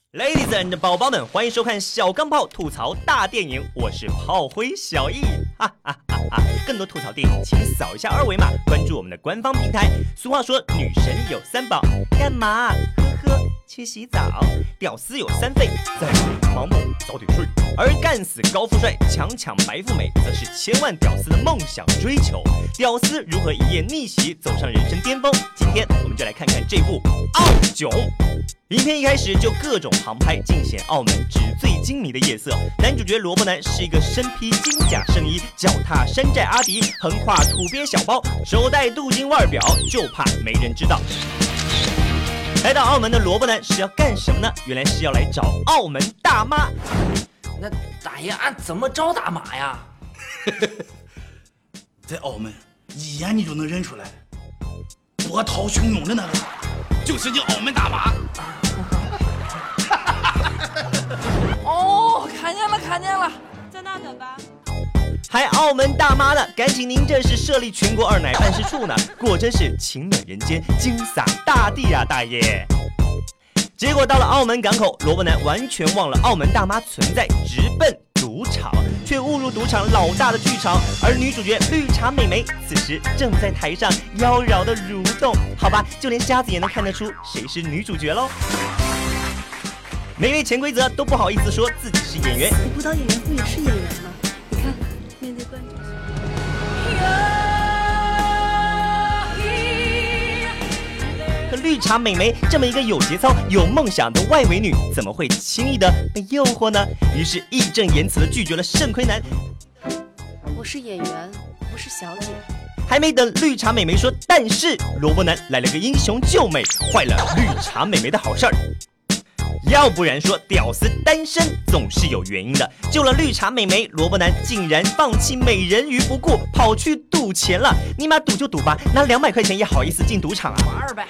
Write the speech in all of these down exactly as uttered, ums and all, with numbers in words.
Ladies and 宝宝们，欢迎收看小钢炮吐槽大电影，我是炮灰小易，哈哈哈哈！更多吐槽电影，请扫一下二维码，关注我们的官方平台。俗话说，女神有三宝，干嘛？呵呵，去洗澡。屌丝有三废，在盲目早点睡。而干死高富帅，强抢白富美，则是千万屌丝的梦想追求。屌丝如何一夜逆袭，走上人生巅峰？今天我们就来看看这部《傲囧》。影片一开始就各种航拍，尽显澳门纸醉金迷的夜色。男主角罗伯南是一个身披金甲圣衣，脚踏山寨阿迪，横挎土鳖小包，手戴镀金腕表，就怕没人知道。来到澳门的罗伯南是要干什么呢？原来是要来找澳门大妈。 那大爷，俺怎么找大妈呀？ 在澳门，一眼你就能认出来，波涛汹涌的那个，就是你澳门大妈。 哦，看见了，看见了， 在那等吧。 还澳门大妈呢，赶紧您这是设立全国二奶办事处呢，果真是情暖人间，金洒大地啊，大爷！结果到了澳门港口，罗伯南完全忘了澳门大妈存在，直奔赌场，却误入赌场老大的剧场。而女主角绿茶美眉此时正在台上妖娆的蠕动，好吧，就连瞎子也能看得出谁是女主角喽。每位潜规则都不好意思说自己是演员， 舞蹈演员不也是演员吗？你看，面对观众。 可绿茶美眉这么一个有节操、有梦想的外围女，怎么会轻易的被诱惑呢？于是义正言辞的拒绝了肾亏男。 我是演员，不是小姐。 还没等绿茶美眉说但是，罗伯南来了个英雄救美，坏了绿茶美眉的好事儿。要不然说屌丝单身总是有原因的，救了绿茶美眉，罗伯南竟然放弃美人鱼不顾，跑去赌钱了。尼玛赌就赌吧，拿两百块钱也好意思进赌场啊？ 玩儿呗。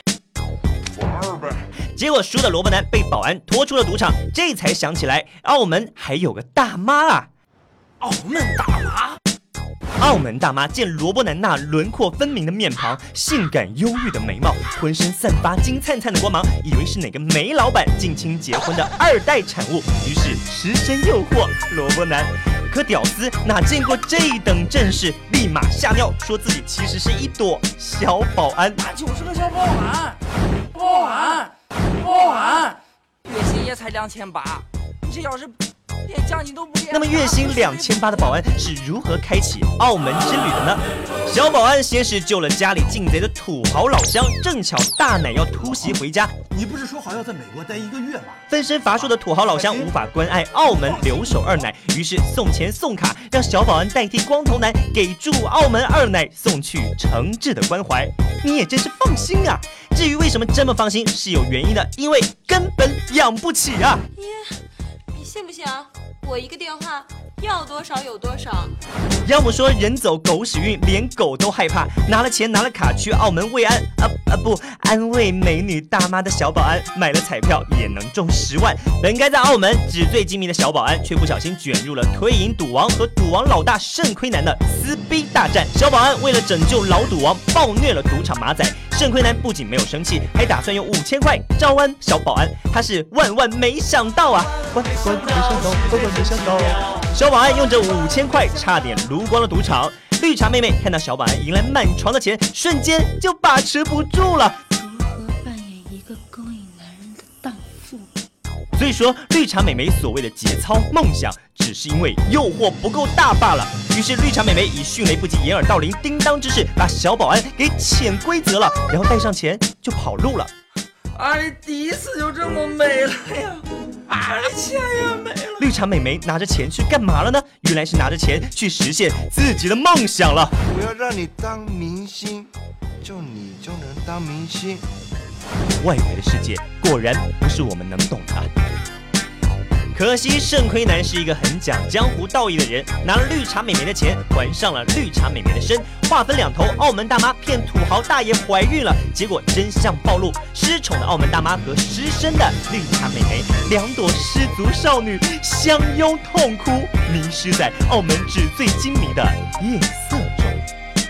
结果输的罗伯南被保安拖出了赌场，这才想起来澳门还有个大妈啊！ 澳门大妈， 澳门大妈见罗伯南那轮廓分明的面庞，性感忧郁的眉毛，浑身散发金灿灿的光芒，以为是哪个煤老板近亲结婚的二代产物，于是失身诱惑罗伯南。可屌丝哪见过这等阵势，立马吓尿，说自己其实是一朵小保安， 那就是个小保安，保安，保安，月薪也才两千八，你这要是连奖金都不给， 那么月薪两千八的保安是如何开启澳门之旅的呢？小保安先是救了家里进贼的土豪老乡，正巧大奶要突袭回家。 你不是说好要在美国待一个月吗？ 分身乏术的土豪老乡无法关爱澳门留守二奶，于是送钱送卡，让小保安代替光头男给驻澳门二奶送去诚挚的关怀。你也真是放心啊！至于为什么这么放心，是有原因的，因为根本养不起啊！ 耶，你信不信啊？我一个电话要多少有多少。 要么说人走狗屎运，连狗都害怕。拿了钱拿了卡去澳门慰安啊啊不安慰美女大妈的小保安，买了彩票也能中十万。本该在澳门纸醉金迷的小保安，却不小心卷入了推银赌王和赌王老大肾亏男的撕逼大战。小保安为了拯救老赌王，暴虐了赌场马仔。肾亏男不仅没有生气，还打算用五千块招安小保安。他是万万没想到啊！万万没想到，万万没想到。小保安用这五千块差点撸光了赌场。绿茶妹妹看到小保安迎来满床的钱，瞬间就把持不住了。 如何扮演一个勾引男人的荡妇？ 所以说，绿茶美眉所谓的节操梦想，只是因为诱惑不够大罢了。于是绿茶美眉以迅雷不及掩耳盗铃、叮当之势，把小保安给潜规则了，然后带上钱就跑路了。 俺第一次就这么没了呀，俺的钱也没了。 绿茶美眉拿着钱去干嘛了呢？原来是拿着钱去实现自己的梦想了。 我要让你当明星，就你就能当明星。 外围的世界果然不是我们能懂的。可惜肾亏男是一个很讲江湖道义的人，拿了绿茶美眉的钱，还上了绿茶美眉的身，话分两头。澳门大妈骗土豪大爷怀孕了，结果真相暴露，失宠的澳门大妈和失身的绿茶美眉，两朵失足少女相拥痛哭，迷失在澳门纸醉金迷的夜色中。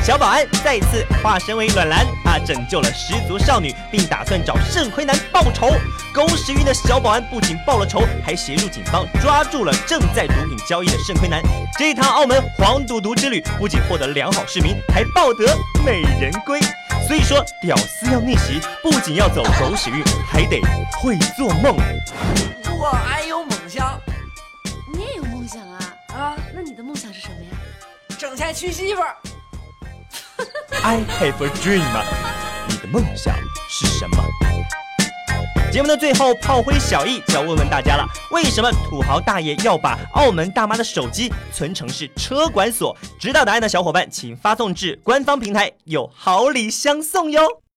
小保安再次化身为暖男啊，拯救了失足少女，并打算找肾亏男报仇。狗屎运的小保安不仅报了仇，还协助警方抓住了正在毒品交易的肾亏男。这一趟澳门黄赌毒之旅，不仅获得良好市民，还抱得美人归。所以说，屌丝要逆袭，不仅要走狗屎运，还得会做梦。 我还有梦想。 你也有梦想啊？ 啊， 那你的梦想是什么呀？ 挣钱娶媳妇儿。 I have a dream。你的梦想是什么？节目的最后，炮灰小艺就要问问大家了：为什么土豪大爷要把澳门大妈的手机存成是车管锁？知道答案的小伙伴，请发送至官方平台，有好礼相送哟。